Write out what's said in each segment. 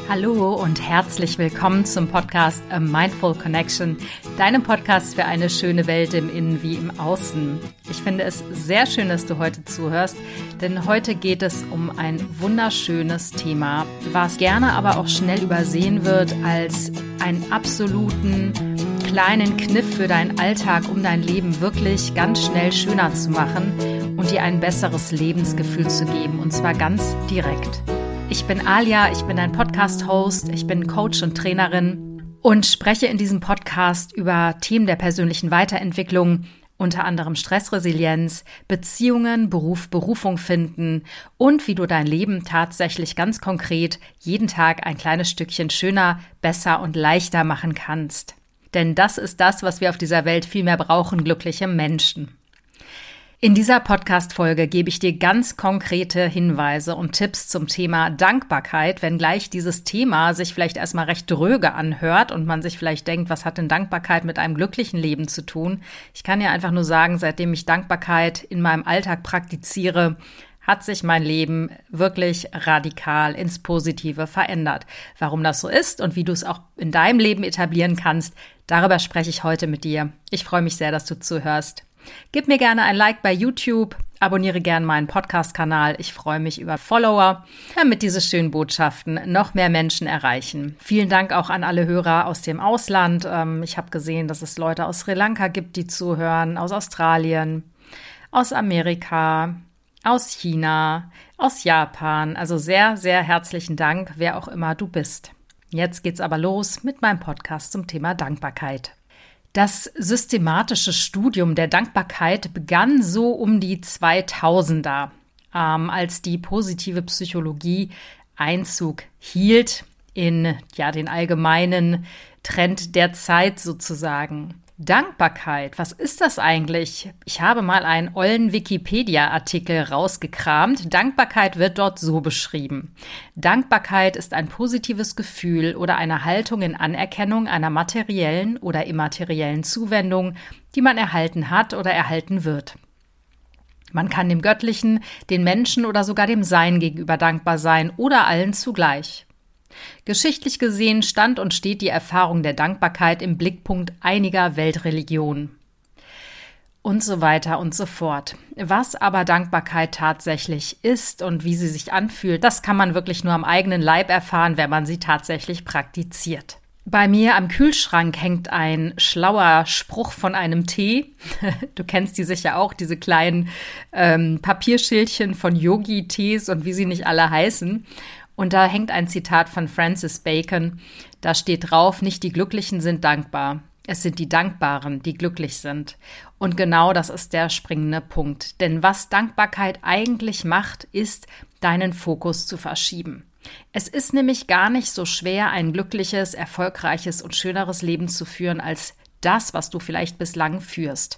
Hallo und herzlich willkommen zum Podcast A Mindful Connection, deinem Podcast für eine schöne Welt im Innen wie im Außen. Ich finde es sehr schön, dass du heute zuhörst, denn heute geht es um ein wunderschönes Thema, was gerne aber auch schnell übersehen wird als einen absoluten kleinen Kniff für deinen Alltag, um dein Leben wirklich ganz schnell schöner zu machen und dir ein besseres Lebensgefühl zu geben, und zwar ganz direkt. Ich bin Alia, ich bin dein Podcast-Host, ich bin Coach und Trainerin und spreche in diesem Podcast über Themen der persönlichen Weiterentwicklung, unter anderem Stressresilienz, Beziehungen, Berufung finden und wie du dein Leben tatsächlich ganz konkret jeden Tag ein kleines Stückchen schöner, besser und leichter machen kannst. Denn das ist das, was wir auf dieser Welt viel mehr brauchen, glückliche Menschen. In dieser Podcast-Folge gebe ich dir ganz konkrete Hinweise und Tipps zum Thema Dankbarkeit, wenngleich dieses Thema sich vielleicht erstmal recht dröge anhört und man sich vielleicht denkt, was hat denn Dankbarkeit mit einem glücklichen Leben zu tun? Ich kann ja einfach nur sagen, seitdem ich Dankbarkeit in meinem Alltag praktiziere, hat sich mein Leben wirklich radikal ins Positive verändert. Warum das so ist und wie du es auch in deinem Leben etablieren kannst, darüber spreche ich heute mit dir. Ich freue mich sehr, dass du zuhörst. Gib mir gerne ein Like bei YouTube, abonniere gerne meinen Podcast-Kanal. Ich freue mich über Follower, damit diese schönen Botschaften noch mehr Menschen erreichen. Vielen Dank auch an alle Hörer aus dem Ausland. Ich habe gesehen, dass es Leute aus Sri Lanka gibt, die zuhören, aus Australien, aus Amerika, aus China, aus Japan. Also sehr, sehr herzlichen Dank, wer auch immer du bist. Jetzt geht's aber los mit meinem Podcast zum Thema Dankbarkeit. Das systematische Studium der Dankbarkeit begann so um die 2000er, als die positive Psychologie Einzug hielt in den allgemeinen Trend der Zeit sozusagen. Dankbarkeit, was ist das eigentlich? Ich habe mal einen ollen Wikipedia-Artikel rausgekramt. Dankbarkeit wird dort so beschrieben. Dankbarkeit ist ein positives Gefühl oder eine Haltung in Anerkennung einer materiellen oder immateriellen Zuwendung, die man erhalten hat oder erhalten wird. Man kann dem Göttlichen, den Menschen oder sogar dem Sein gegenüber dankbar sein oder allen zugleich. Geschichtlich gesehen stand und steht die Erfahrung der Dankbarkeit im Blickpunkt einiger Weltreligionen. Und so weiter und so fort. Was aber Dankbarkeit tatsächlich ist und wie sie sich anfühlt, das kann man wirklich nur am eigenen Leib erfahren, wenn man sie tatsächlich praktiziert. Bei mir am Kühlschrank hängt ein schlauer Spruch von einem Tee. Du kennst die sicher auch, diese kleinen Papierschildchen von Yogi-Tees und wie sie nicht alle heißen. Und da hängt ein Zitat von Francis Bacon. Da steht drauf, nicht die Glücklichen sind dankbar. Es sind die Dankbaren, die glücklich sind. Und genau das ist der springende Punkt. Denn was Dankbarkeit eigentlich macht, ist, deinen Fokus zu verschieben. Es ist nämlich gar nicht so schwer, ein glückliches, erfolgreiches und schöneres Leben zu führen, als das, was du vielleicht bislang führst.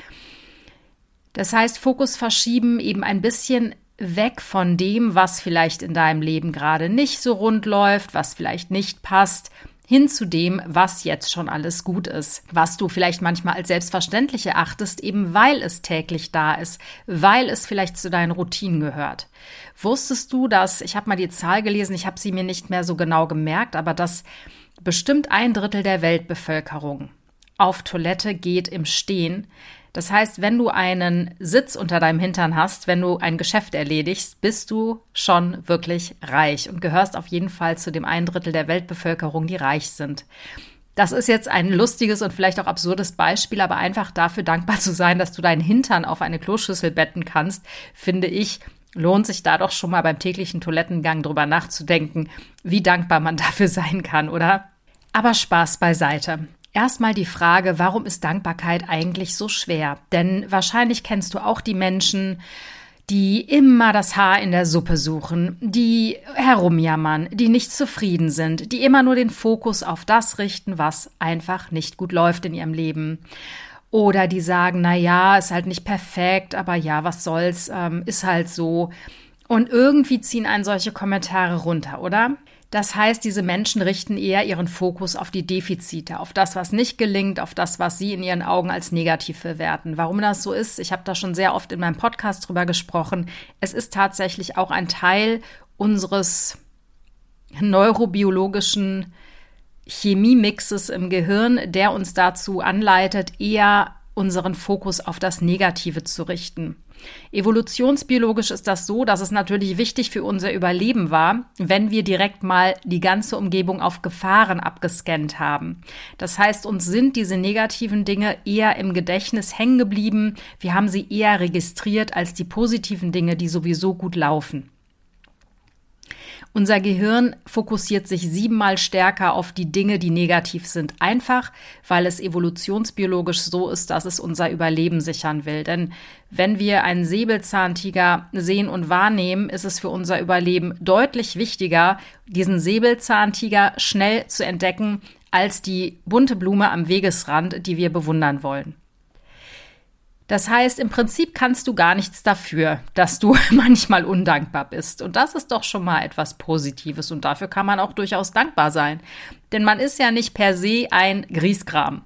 Das heißt, Fokus verschieben, eben ein bisschen weg von dem, was vielleicht in deinem Leben gerade nicht so rund läuft, was vielleicht nicht passt, hin zu dem, was jetzt schon alles gut ist, was du vielleicht manchmal als selbstverständlich erachtest, eben weil es täglich da ist, weil es vielleicht zu deinen Routinen gehört. Wusstest du, dass, ich habe mal die Zahl gelesen, ich habe sie mir nicht mehr so genau gemerkt, aber dass bestimmt 1/3 der Weltbevölkerung auf Toilette geht im Stehen. Das heißt, wenn du einen Sitz unter deinem Hintern hast, wenn du ein Geschäft erledigst, bist du schon wirklich reich und gehörst auf jeden Fall zu dem 1/3 der Weltbevölkerung, die reich sind. Das ist jetzt ein lustiges und vielleicht auch absurdes Beispiel, aber einfach dafür dankbar zu sein, dass du deinen Hintern auf eine Kloschüssel betten kannst, finde ich, lohnt sich da doch schon mal beim täglichen Toilettengang drüber nachzudenken, wie dankbar man dafür sein kann, oder? Aber Spaß beiseite. Erstmal die Frage, warum ist Dankbarkeit eigentlich so schwer? Denn wahrscheinlich kennst du auch die Menschen, die immer das Haar in der Suppe suchen, die herumjammern, die nicht zufrieden sind, die immer nur den Fokus auf das richten, was einfach nicht gut läuft in ihrem Leben. Oder die sagen, na ja, ist halt nicht perfekt, aber ja, was soll's, ist halt so. Und irgendwie ziehen einen solche Kommentare runter, oder? Das heißt, diese Menschen richten eher ihren Fokus auf die Defizite, auf das, was nicht gelingt, auf das, was sie in ihren Augen als negativ bewerten. Warum das so ist, ich habe da schon sehr oft in meinem Podcast drüber gesprochen. Es ist tatsächlich auch ein Teil unseres neurobiologischen Chemiemixes im Gehirn, der uns dazu anleitet, eher unseren Fokus auf das Negative zu richten. Evolutionsbiologisch ist das so, dass es natürlich wichtig für unser Überleben war, wenn wir direkt mal die ganze Umgebung auf Gefahren abgescannt haben. Das heißt, uns sind diese negativen Dinge eher im Gedächtnis hängen geblieben. Wir haben sie eher registriert als die positiven Dinge, die sowieso gut laufen. Unser Gehirn fokussiert sich 7-mal stärker auf die Dinge, die negativ sind. Einfach, weil es evolutionsbiologisch so ist, dass es unser Überleben sichern will. Denn wenn wir einen Säbelzahntiger sehen und wahrnehmen, ist es für unser Überleben deutlich wichtiger, diesen Säbelzahntiger schnell zu entdecken, als die bunte Blume am Wegesrand, die wir bewundern wollen. Das heißt, im Prinzip kannst du gar nichts dafür, dass du manchmal undankbar bist. Und das ist doch schon mal etwas Positives. Und dafür kann man auch durchaus dankbar sein. Denn man ist ja nicht per se ein Griesgram.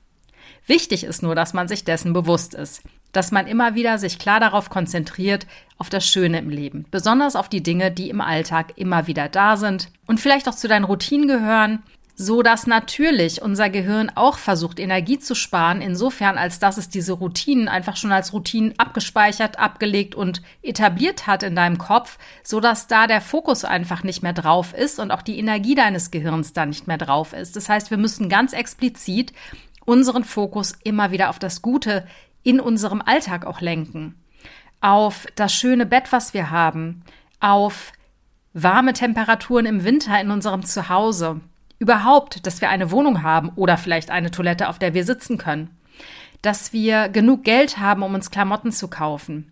Wichtig ist nur, dass man sich dessen bewusst ist. Dass man immer wieder sich klar darauf konzentriert, auf das Schöne im Leben. Besonders auf die Dinge, die im Alltag immer wieder da sind und vielleicht auch zu deinen Routinen gehören. So dass natürlich unser Gehirn auch versucht, Energie zu sparen, insofern, als dass es diese Routinen einfach schon als Routinen abgespeichert, abgelegt und etabliert hat in deinem Kopf, so dass da der Fokus einfach nicht mehr drauf ist und auch die Energie deines Gehirns da nicht mehr drauf ist. Das heißt, wir müssen ganz explizit unseren Fokus immer wieder auf das Gute in unserem Alltag auch lenken. Auf das schöne Bett, was wir haben, auf warme Temperaturen im Winter in unserem Zuhause. Überhaupt, dass wir eine Wohnung haben oder vielleicht eine Toilette, auf der wir sitzen können. Dass wir genug Geld haben, um uns Klamotten zu kaufen.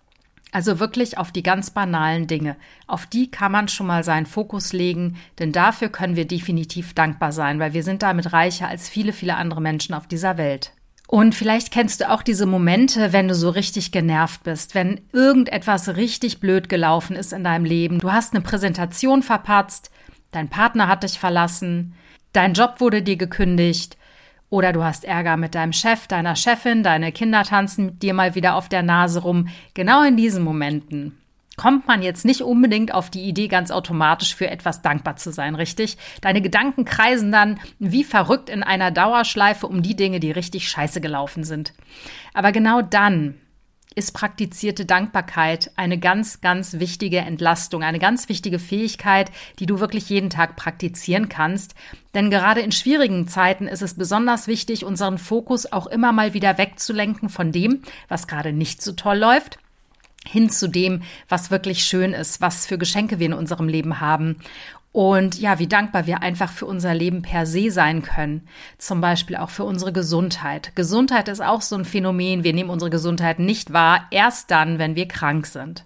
Also wirklich auf die ganz banalen Dinge. Auf die kann man schon mal seinen Fokus legen, denn dafür können wir definitiv dankbar sein, weil wir sind damit reicher als viele, viele andere Menschen auf dieser Welt. Und vielleicht kennst du auch diese Momente, wenn du so richtig genervt bist, wenn irgendetwas richtig blöd gelaufen ist in deinem Leben. Du hast eine Präsentation verpatzt, dein Partner hat dich verlassen, dein Job wurde dir gekündigt oder du hast Ärger mit deinem Chef, deiner Chefin, deine Kinder tanzen mit dir mal wieder auf der Nase rum. Genau in diesen Momenten kommt man jetzt nicht unbedingt auf die Idee, ganz automatisch für etwas dankbar zu sein, richtig? Deine Gedanken kreisen dann wie verrückt in einer Dauerschleife um die Dinge, die richtig scheiße gelaufen sind. Aber genau dann ist praktizierte Dankbarkeit eine ganz, ganz wichtige Entlastung, eine ganz wichtige Fähigkeit, die du wirklich jeden Tag praktizieren kannst. Denn gerade in schwierigen Zeiten ist es besonders wichtig, unseren Fokus auch immer mal wieder wegzulenken von dem, was gerade nicht so toll läuft, hin zu dem, was wirklich schön ist, was für Geschenke wir in unserem Leben haben. Und ja, wie dankbar wir einfach für unser Leben per se sein können. Zum Beispiel auch für unsere Gesundheit. Gesundheit ist auch so ein Phänomen. Wir nehmen unsere Gesundheit nicht wahr, erst dann, wenn wir krank sind.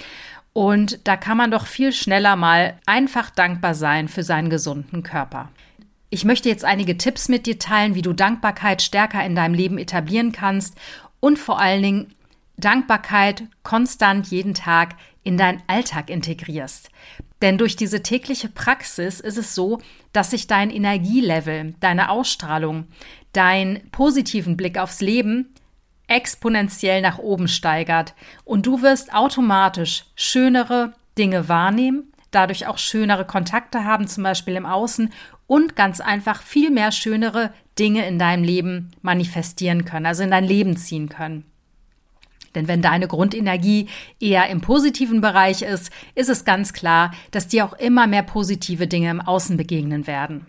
Und da kann man doch viel schneller mal einfach dankbar sein für seinen gesunden Körper. Ich möchte jetzt einige Tipps mit dir teilen, wie du Dankbarkeit stärker in deinem Leben etablieren kannst und vor allen Dingen Dankbarkeit konstant jeden Tag in deinen Alltag integrierst. Denn durch diese tägliche Praxis ist es so, dass sich dein Energielevel, deine Ausstrahlung, dein positiven Blick aufs Leben exponentiell nach oben steigert und du wirst automatisch schönere Dinge wahrnehmen, dadurch auch schönere Kontakte haben, zum Beispiel im Außen und ganz einfach viel mehr schönere Dinge in deinem Leben manifestieren können, also in dein Leben ziehen können. Denn wenn deine Grundenergie eher im positiven Bereich ist, ist es ganz klar, dass dir auch immer mehr positive Dinge im Außen begegnen werden.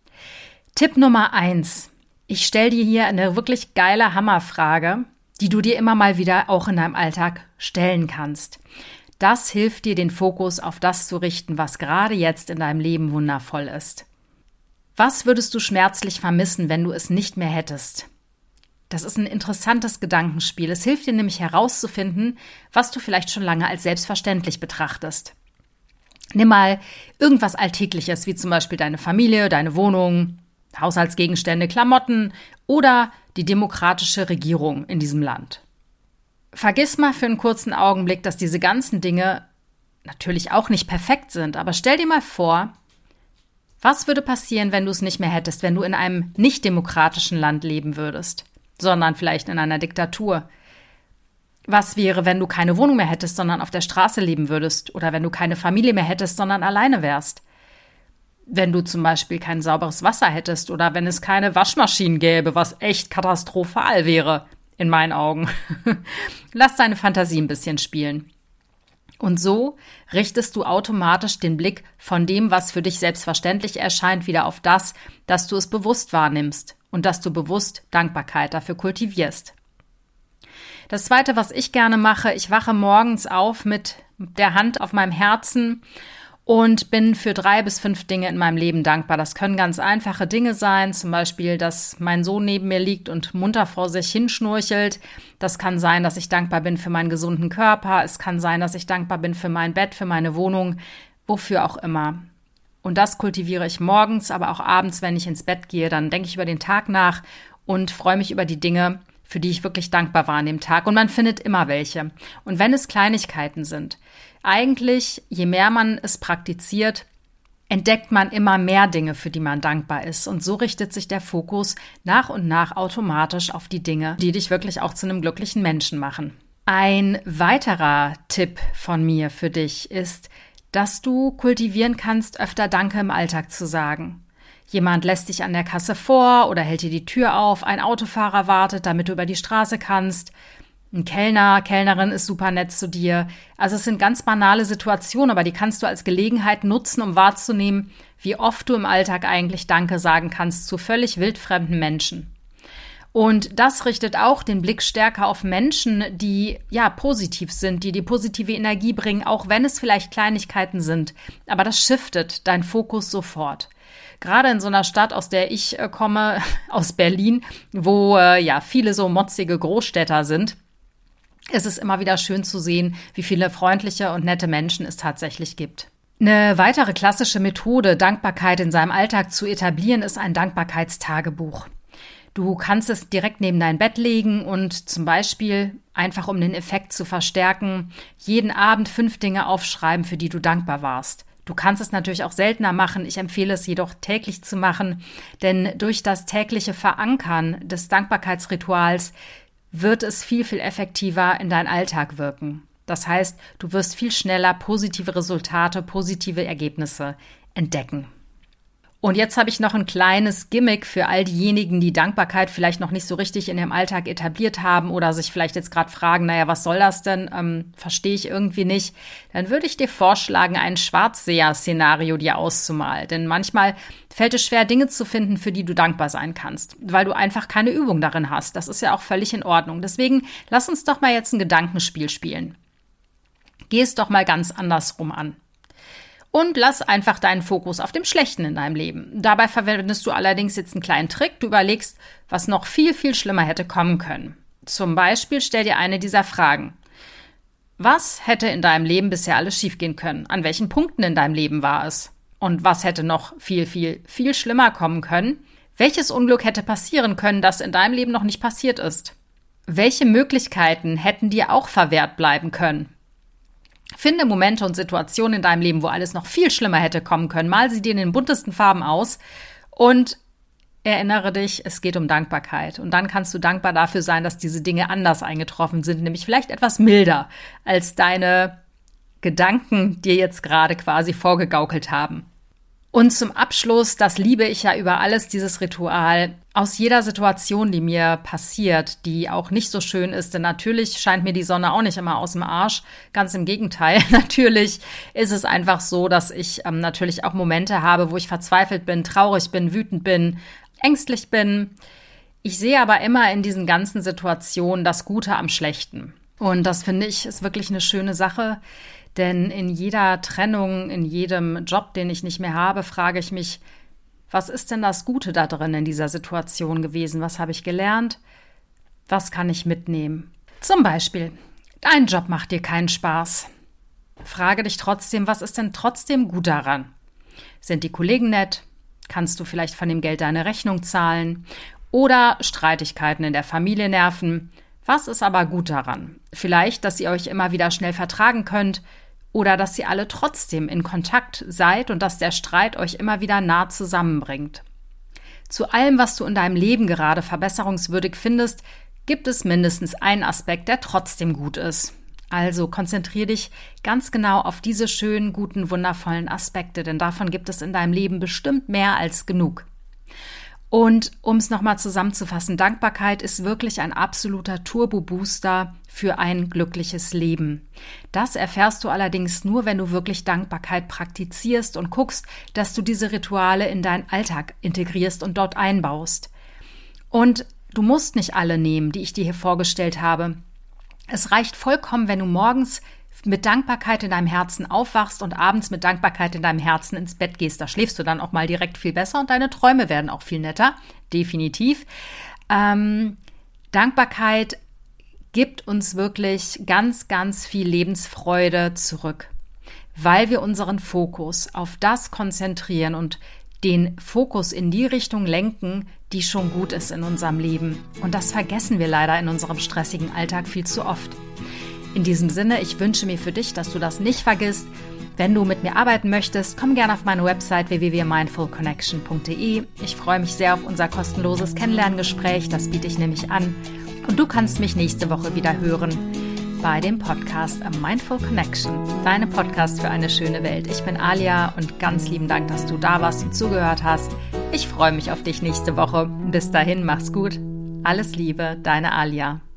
Tipp Nummer 1. Ich stelle dir hier eine wirklich geile Hammerfrage, die du dir immer mal wieder auch in deinem Alltag stellen kannst. Das hilft dir, den Fokus auf das zu richten, was gerade jetzt in deinem Leben wundervoll ist. Was würdest du schmerzlich vermissen, wenn du es nicht mehr hättest? Das ist ein interessantes Gedankenspiel. Es hilft dir nämlich herauszufinden, was du vielleicht schon lange als selbstverständlich betrachtest. Nimm mal irgendwas Alltägliches, wie zum Beispiel deine Familie, deine Wohnung, Haushaltsgegenstände, Klamotten oder die demokratische Regierung in diesem Land. Vergiss mal für einen kurzen Augenblick, dass diese ganzen Dinge natürlich auch nicht perfekt sind, aber stell dir mal vor, was würde passieren, wenn du es nicht mehr hättest, wenn du in einem nicht demokratischen Land leben würdest, sondern vielleicht in einer Diktatur? Was wäre, wenn du keine Wohnung mehr hättest, sondern auf der Straße leben würdest? Oder wenn du keine Familie mehr hättest, sondern alleine wärst? wenn du zum Beispiel kein sauberes Wasser hättest oder wenn es keine Waschmaschinen gäbe, was echt katastrophal wäre, in meinen Augen. Lass deine Fantasie ein bisschen spielen. Und so richtest du automatisch den Blick von dem, was für dich selbstverständlich erscheint, wieder auf das, dass du es bewusst wahrnimmst und dass du bewusst Dankbarkeit dafür kultivierst. Das Zweite, was ich gerne mache, ich wache morgens auf mit der Hand auf meinem Herzen und bin für 3 bis 5 Dinge in meinem Leben dankbar. Das können ganz einfache Dinge sein, zum Beispiel, dass mein Sohn neben mir liegt und munter vor sich hinschnurchelt. Das kann sein, dass ich dankbar bin für meinen gesunden Körper. Es kann sein, dass ich dankbar bin für mein Bett, für meine Wohnung, wofür auch immer. Und das kultiviere ich morgens, aber auch abends, wenn ich ins Bett gehe. Dann denke ich über den Tag nach und freue mich über die Dinge, für die ich wirklich dankbar war an dem Tag. Und man findet immer welche. Und wenn es Kleinigkeiten sind, eigentlich, je mehr man es praktiziert, entdeckt man immer mehr Dinge, für die man dankbar ist. Und so richtet sich der Fokus nach und nach automatisch auf die Dinge, die dich wirklich auch zu einem glücklichen Menschen machen. Ein weiterer Tipp von mir für dich ist, dass du kultivieren kannst, öfter Danke im Alltag zu sagen. Jemand lässt dich an der Kasse vor oder hält dir die Tür auf, ein Autofahrer wartet, damit du über die Straße kannst. Ein Kellner, Kellnerin ist super nett zu dir. Also es sind ganz banale Situationen, aber die kannst du als Gelegenheit nutzen, um wahrzunehmen, wie oft du im Alltag eigentlich Danke sagen kannst zu völlig wildfremden Menschen. Und das richtet auch den Blick stärker auf Menschen, die positiv sind, die positive Energie bringen, auch wenn es vielleicht Kleinigkeiten sind. Aber das shiftet deinen Fokus sofort. Gerade in so einer Stadt, aus der ich komme, aus Berlin, wo viele so motzige Großstädter sind, ist es immer wieder schön zu sehen, wie viele freundliche und nette Menschen es tatsächlich gibt. Eine weitere klassische Methode, Dankbarkeit in seinem Alltag zu etablieren, ist ein Dankbarkeitstagebuch. Du kannst es direkt neben dein Bett legen und zum Beispiel, einfach um den Effekt zu verstärken, jeden Abend 5 Dinge aufschreiben, für die du dankbar warst. Du kannst es natürlich auch seltener machen. Ich empfehle es jedoch täglich zu machen, denn durch das tägliche Verankern des Dankbarkeitsrituals wird es viel, viel effektiver in deinen Alltag wirken. Das heißt, du wirst viel schneller positive Resultate, positive Ergebnisse entdecken. Und jetzt habe ich noch ein kleines Gimmick für all diejenigen, die Dankbarkeit vielleicht noch nicht so richtig in ihrem Alltag etabliert haben oder sich vielleicht jetzt gerade fragen, was soll das denn? Verstehe ich irgendwie nicht. Dann würde ich dir vorschlagen, ein Schwarzseher-Szenario dir auszumalen. Denn manchmal fällt es schwer, Dinge zu finden, für die du dankbar sein kannst, weil du einfach keine Übung darin hast. Das ist ja auch völlig in Ordnung. Deswegen lass uns doch mal jetzt ein Gedankenspiel spielen. Geh es doch mal ganz andersrum an. Und lass einfach deinen Fokus auf dem Schlechten in deinem Leben. Dabei verwendest du allerdings jetzt einen kleinen Trick. Du überlegst, was noch viel, viel schlimmer hätte kommen können. Zum Beispiel stell dir eine dieser Fragen. Was hätte in deinem Leben bisher alles schiefgehen können? An welchen Punkten in deinem Leben war es? Und was hätte noch viel, viel, viel schlimmer kommen können? Welches Unglück hätte passieren können, das in deinem Leben noch nicht passiert ist? Welche Möglichkeiten hätten dir auch verwehrt bleiben können? Finde Momente und Situationen in deinem Leben, wo alles noch viel schlimmer hätte kommen können. Mal sie dir in den buntesten Farben aus und erinnere dich, es geht um Dankbarkeit. Und dann kannst du dankbar dafür sein, dass diese Dinge anders eingetroffen sind, nämlich vielleicht etwas milder, als deine Gedanken dir jetzt gerade quasi vorgegaukelt haben. Und zum Abschluss, das liebe ich ja über alles, dieses Ritual, aus jeder Situation, die mir passiert, die auch nicht so schön ist, denn natürlich scheint mir die Sonne auch nicht immer aus dem Arsch, ganz im Gegenteil. Natürlich ist es einfach so, dass ich natürlich auch Momente habe, wo ich verzweifelt bin, traurig bin, wütend bin, ängstlich bin. Ich sehe aber immer in diesen ganzen Situationen das Gute am Schlechten. Und das finde ich ist wirklich eine schöne Sache. Denn in jeder Trennung, in jedem Job, den ich nicht mehr habe, frage ich mich, was ist denn das Gute da drin in dieser Situation gewesen? Was habe ich gelernt? Was kann ich mitnehmen? Zum Beispiel, dein Job macht dir keinen Spaß. Frage dich trotzdem, was ist denn trotzdem gut daran? Sind die Kollegen nett? Kannst du vielleicht von dem Geld deine Rechnung zahlen? Oder Streitigkeiten in der Familie nerven? Was ist aber gut daran? Vielleicht, dass ihr euch immer wieder schnell vertragen könnt oder dass ihr alle trotzdem in Kontakt seid und dass der Streit euch immer wieder nah zusammenbringt. Zu allem, was du in deinem Leben gerade verbesserungswürdig findest, gibt es mindestens einen Aspekt, der trotzdem gut ist. Also konzentriere dich ganz genau auf diese schönen, guten, wundervollen Aspekte, denn davon gibt es in deinem Leben bestimmt mehr als genug. Und um es nochmal zusammenzufassen, Dankbarkeit ist wirklich ein absoluter Turbo-Booster für ein glückliches Leben. Das erfährst du allerdings nur, wenn du wirklich Dankbarkeit praktizierst und guckst, dass du diese Rituale in deinen Alltag integrierst und dort einbaust. Und du musst nicht alle nehmen, die ich dir hier vorgestellt habe. Es reicht vollkommen, wenn du morgens mit Dankbarkeit in deinem Herzen aufwachst und abends mit Dankbarkeit in deinem Herzen ins Bett gehst. Da schläfst du dann auch mal direkt viel besser und deine Träume werden auch viel netter, definitiv. Dankbarkeit gibt uns wirklich ganz, ganz viel Lebensfreude zurück, weil wir unseren Fokus auf das konzentrieren und den Fokus in die Richtung lenken, die schon gut ist in unserem Leben. Und das vergessen wir leider in unserem stressigen Alltag viel zu oft. In diesem Sinne, ich wünsche mir für dich, dass du das nicht vergisst. Wenn du mit mir arbeiten möchtest, komm gerne auf meine Website www.mindfulconnection.de. Ich freue mich sehr auf unser kostenloses Kennenlerngespräch, das biete ich nämlich an. Und du kannst mich nächste Woche wieder hören bei dem Podcast A Mindful Connection, deinem Podcast für eine schöne Welt. Ich bin Alia und ganz lieben Dank, dass du da warst und zugehört hast. Ich freue mich auf dich nächste Woche. Bis dahin, mach's gut. Alles Liebe, deine Alia.